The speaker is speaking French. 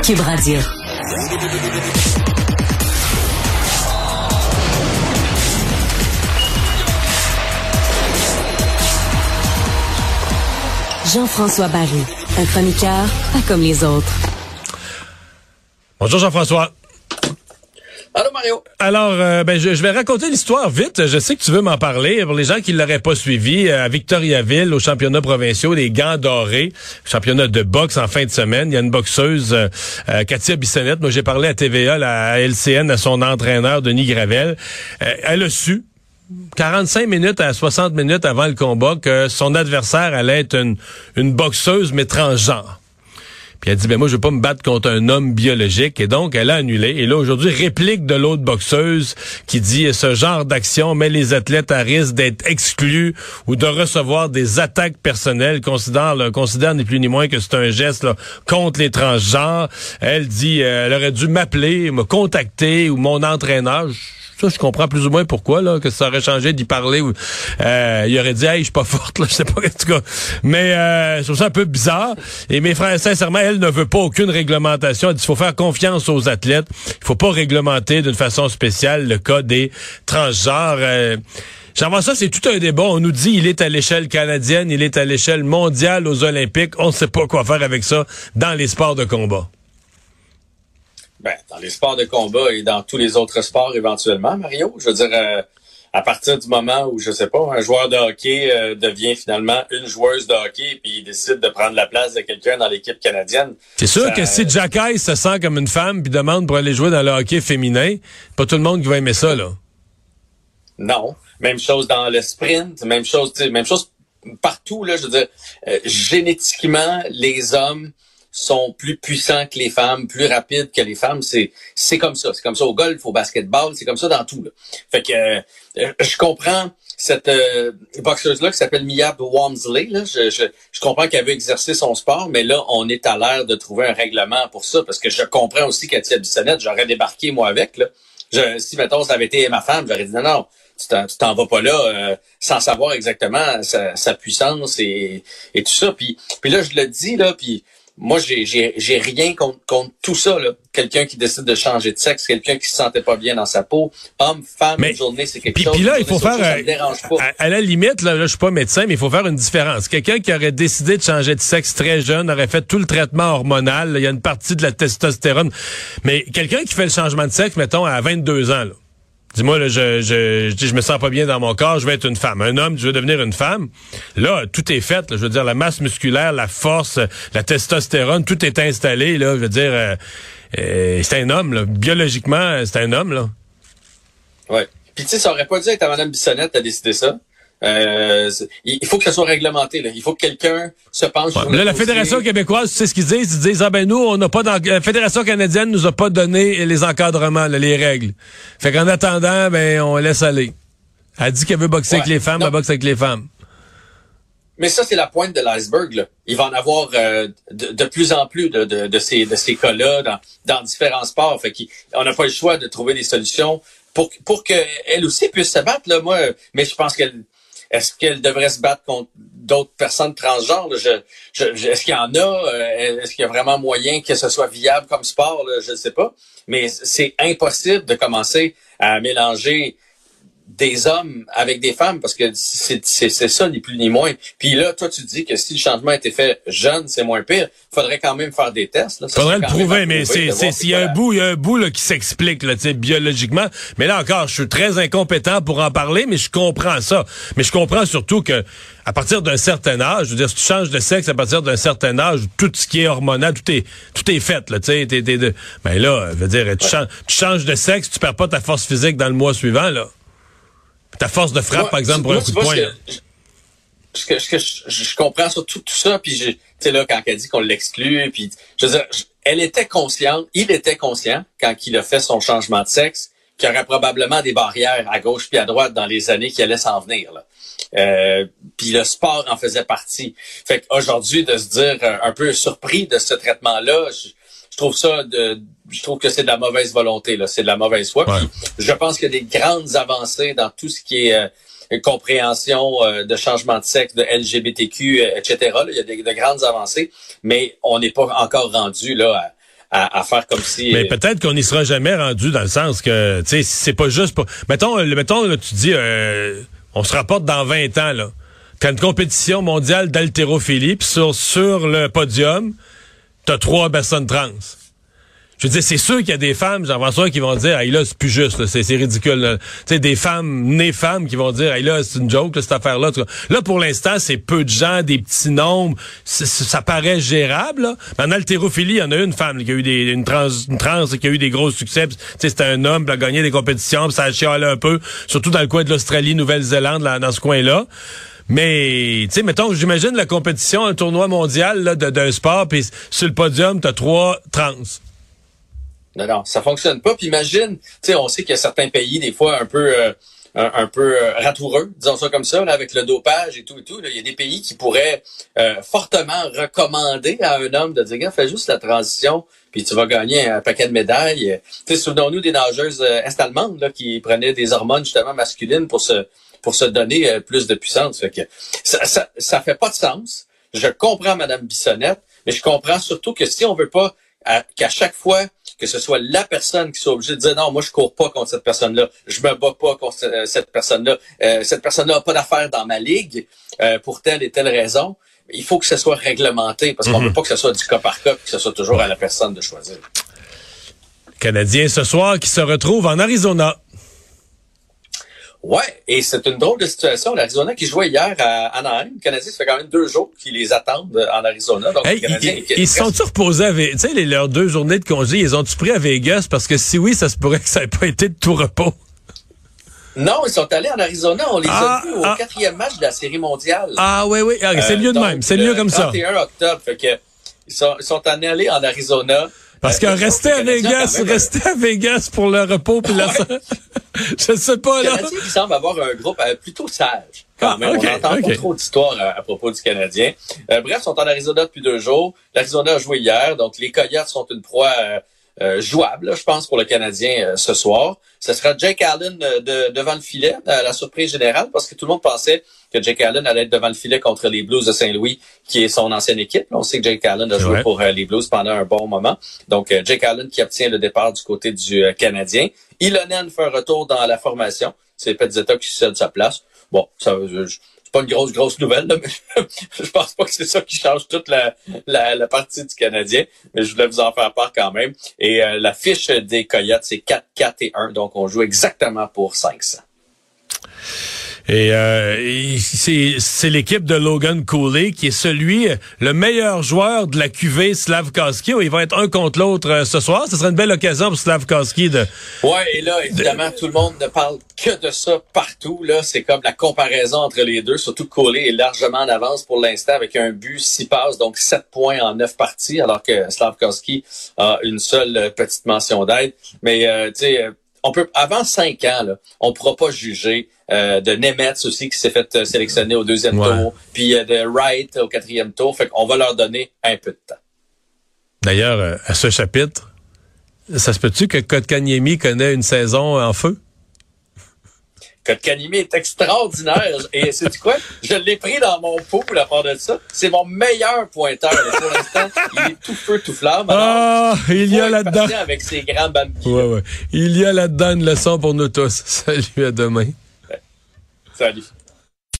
Cube Radio. Jean-François Barry, un chroniqueur pas comme les autres. Bonjour Jean-François. Allô Mario. Alors, je vais raconter l'histoire vite. Je sais que tu veux m'en parler. Pour les gens qui ne l'auraient pas suivi, à Victoriaville, aux championnats provinciaux, les gants dorés, championnat de boxe en fin de semaine, il y a une boxeuse, Katia Bissonnette. Moi, j'ai parlé à TVA, à LCN, à son entraîneur, Denis Gravel. Elle a su 45 minutes à 60 minutes avant le combat que son adversaire allait être une boxeuse mais transgenre. Puis elle dit, moi, je veux pas me battre contre un homme biologique. Et donc, elle a annulé. Et là, aujourd'hui, réplique de l'autre boxeuse qui dit, ce genre d'action met les athlètes à risque d'être exclus ou de recevoir des attaques personnelles. Considère ni plus ni moins que c'est un geste là, contre les transgenres. Elle dit, elle aurait dû m'appeler, me contacter ou mon entraîneur. Ça, je comprends plus ou moins pourquoi, là, que ça aurait changé d'y parler. Il aurait dit, hey, je suis pas forte, là, je sais pas, en tout cas. Mais, je trouve ça un peu bizarre. Et mes frères, sincèrement, elle ne veut pas aucune réglementation. Elle dit, il faut faire confiance aux athlètes. Il faut pas réglementer d'une façon spéciale le cas des transgenres. J'en ça, c'est tout un débat. On nous dit, il est à l'échelle canadienne, il est à l'échelle mondiale aux Olympiques. On ne sait pas quoi faire avec ça dans les sports de combat. Dans les sports de combat et dans tous les autres sports éventuellement, Mario. Je veux dire, à partir du moment où, je sais pas, un joueur de hockey devient finalement une joueuse de hockey puis il décide de prendre la place de quelqu'un dans l'équipe canadienne. C'est sûr que si Jack Ice se sent comme une femme puis demande pour aller jouer dans le hockey féminin, pas tout le monde qui va aimer ça, là. Non. Même chose dans le sprint, même chose partout, là. Je veux dire, génétiquement, les hommes sont plus puissants que les femmes, plus rapides que les femmes. C'est comme ça. C'est comme ça au golf, au basketball, c'est comme ça dans tout, là. Fait que je comprends cette boxeuse-là qui s'appelle Mia Walmsley, là. Je comprends qu'elle veut exercer son sport, mais là, on est à l'ère de trouver un règlement pour ça, parce que je comprends aussi qu'à Katia Bissonnette, j'aurais débarqué, moi, avec, là. Si, mettons, ça avait été ma femme, j'aurais dit non, tu t'en vas pas là sans savoir exactement sa puissance et tout ça. Puis là, je le dis, là, puis moi, j'ai rien contre tout ça, là. Quelqu'un qui décide de changer de sexe, quelqu'un qui se sentait pas bien dans sa peau, homme, femme, une journée, c'est quelque chose. Puis là, il faut faire, ça me dérange pas. À la limite, là, je suis pas médecin, mais il faut faire une différence. Quelqu'un qui aurait décidé de changer de sexe très jeune, aurait fait tout le traitement hormonal, là, il y a une partie de la testostérone. Mais quelqu'un qui fait le changement de sexe, mettons, à 22 ans, là. Dis-moi, là, je me sens pas bien dans mon corps, je vais être une femme. Un homme, je veux devenir une femme. Là, tout est fait. Là, je veux dire, la masse musculaire, la force, la testostérone, tout est installé. Là, je veux dire, c'est un homme. Là. Biologiquement, c'est un homme. Là. Ouais. Puis tu sais, ça aurait pas dû être à Mme Bissonnette à décider ça. Il faut que ça soit réglementé, là. Il faut que quelqu'un se penche sur là, la Fédération québécoise, tu sais ce qu'ils disent? Ils disent, nous, on n'a pas la Fédération canadienne nous a pas donné les encadrements, là, les règles. Fait qu'en attendant, on laisse aller. Elle dit qu'elle veut boxer avec les femmes, elle boxe avec les femmes. Mais ça, c'est la pointe de l'iceberg, là. Il va en avoir de plus en plus de ces cas-là dans différents sports. Fait qu'on n'a pas le choix de trouver des solutions pour qu'elle aussi puisse se battre, là. Moi, mais je pense est-ce qu'elle devrait se battre contre d'autres personnes transgenres? Là? Est-ce qu'il y en a? Est-ce qu'il y a vraiment moyen que ce soit viable comme sport? Là? Je ne sais pas. Mais c'est impossible de commencer à mélanger des hommes avec des femmes parce que c'est ça, ni plus ni moins. Puis là, toi, tu dis que si le changement a été fait jeune, c'est moins pire. Faudrait quand même faire des tests. Là. Faudrait le prouver, mais il y a un bout là, qui s'explique là, biologiquement. Mais là encore, je suis très incompétent pour en parler, mais je comprends ça. Mais je comprends surtout que à partir d'un certain âge, je veux dire, si tu changes de sexe à partir d'un certain âge, tout ce qui est hormonal, tout est fait, là, tu sais, ben là, je veux dire, tu changes de sexe, tu perds pas ta force physique dans le mois suivant, là. Ta force de frappe, par exemple, pour un coup de poing. Je comprends sur tout ça, puis tu sais là, quand elle dit qu'on l'exclut, puis je veux dire, il était conscient, quand il a fait son changement de sexe, qu'il y aurait probablement des barrières à gauche puis à droite dans les années qui allaient s'en venir, là. Puis le sport en faisait partie. Fait qu'aujourd'hui, de se dire un peu surpris de ce traitement-là, je trouve que c'est de la mauvaise volonté, là. C'est de la mauvaise foi. Ouais. Puis je pense qu'il y a des grandes avancées dans tout ce qui est compréhension de changement de sexe, de LGBTQ, etc. Là, il y a de grandes avancées, mais on n'est pas encore rendu là à faire comme si... Mais peut-être qu'on n'y sera jamais rendu dans le sens que, tu sais, c'est pas juste pour... Mettons là, tu dis, on se rapporte dans 20 ans, là. T'as une compétition mondiale d'haltérophilie, puis sur le podium, t'as 3 personnes trans. Je veux dire, c'est sûr qu'il y a des femmes, Jean-François, qui vont dire, hey là, c'est plus juste, là, c'est ridicule. Tu sais, des femmes nées femmes qui vont dire, hey là, c'est une joke, là, cette affaire-là. Là, pour l'instant, c'est peu de gens, des petits nombres, ça paraît gérable. Là. Mais en haltérophilie, il y en a une femme qui a eu une trans qui a eu des gros succès. Tu sais, c'était un homme qui a gagné des compétitions, puis ça a chialé un peu, surtout dans le coin de l'Australie, Nouvelle-Zélande, là, dans ce coin-là. Mais, tu sais, mettons, j'imagine la compétition, un tournoi mondial là, d'un sport, puis sur le podium, t'as 3 trans. Non, ça fonctionne pas. Puis imagine, tu sais, on sait qu'il y a certains pays, des fois, un peu ratoureux, disons ça comme ça, là, avec le dopage et tout. Là. Il y a des pays qui pourraient fortement recommander à un homme de dire, gars, fais juste la transition, puis tu vas gagner un paquet de médailles. Tu sais, souvenons-nous des nageuses est-allemandes là, qui prenaient des hormones justement masculines pour se donner plus de puissance. Fait que ça fait pas de sens. Je comprends Mme Bissonnette, mais je comprends surtout que si on veut pas qu'à chaque fois que ce soit la personne qui soit obligée de dire non, moi je cours pas contre cette personne-là, je me bats pas contre cette personne-là a pas d'affaires dans ma ligue pour telle et telle raison. Il faut que ce soit réglementé parce qu'on veut pas que ce soit du cas par cas et que ce soit toujours à la personne de choisir. Canadiens ce soir qui se retrouvent en Arizona. Ouais, et c'est une drôle de situation. L'Arizona qui jouait hier à Anaheim. Le Canadien, ça fait quand même 2 jours qu'ils les attendent en Arizona. Donc, hey, ils se sont-ils reposés tu sais, leurs 2 journées de congé, ils ont-tu pris à Vegas? Parce que si oui, ça se pourrait que ça n'ait pas été de tout repos. Non, ils sont allés en Arizona. On les a vus au 4e match de la Série mondiale. Ah oui. Ah, c'est mieux de même. C'est mieux comme ça. 31 octobre. Fait que, ils sont allés en Arizona. Parce que rester à Vegas pour le repos puis la... Je sais pas, là. Le Canadien qui semble avoir un groupe plutôt sage, quand même. Okay, on n'entend pas trop d'histoires à propos du Canadien. Bref, ils sont en Arizona depuis 2 jours. L'Arizona a joué hier, donc les Coyotes sont une proie jouable, là, je pense, pour le Canadien ce soir. Ce sera Jake Allen devant le filet, à la surprise générale, parce que tout le monde pensait que Jake Allen allait être devant le filet contre les Blues de Saint-Louis, qui est son ancienne équipe. On sait que Jake Allen a joué pour les Blues pendant un bon moment. Donc, Jake Allen qui obtient le départ du côté du Canadien. Ilonen fait un retour dans la formation. C'est Pezzetta qui cède sa place. Bon, ça c'est pas une grosse nouvelle, là, mais je pense pas que c'est ça qui change toute la partie du Canadien, mais je voulais vous en faire part quand même. Et la fiche des Coyotes, c'est 4-4-1, donc on joue exactement pour 500. Et c'est l'équipe de Logan Cooley qui est le meilleur joueur de la QV Slavkovsky. Il va être un contre l'autre ce soir. Ce serait une belle occasion pour Slavkovsky de... Ouais, et là, évidemment, tout le monde ne parle que de ça partout. Là, c'est comme la comparaison entre les deux. Surtout que Cooley est largement en avance pour l'instant avec un but, 6 passes, donc 7 points en 9 parties, alors que Slavkovsky a une seule petite mention d'aide. Mais, tu sais... on peut, avant 5 ans, là, on pourra pas juger de Nemetz aussi qui s'est fait sélectionner au 2e tour, puis de Wright au 4e tour. Fait qu'on va leur donner un peu de temps. D'ailleurs, à ce chapitre, ça se peut-tu que Kotkaniemi connaît une saison en feu? Kotkaniemi est extraordinaire. Et sais-tu quoi? Je l'ai pris dans mon pot pour la part de ça. C'est mon meilleur pointeur. Pour l'instant, il est tout feu, tout flamme. Alors, il y a là-dedans. Avec ses grands bambis. Ouais. Il y a là-dedans une leçon pour nous tous. Salut, à demain. Salut.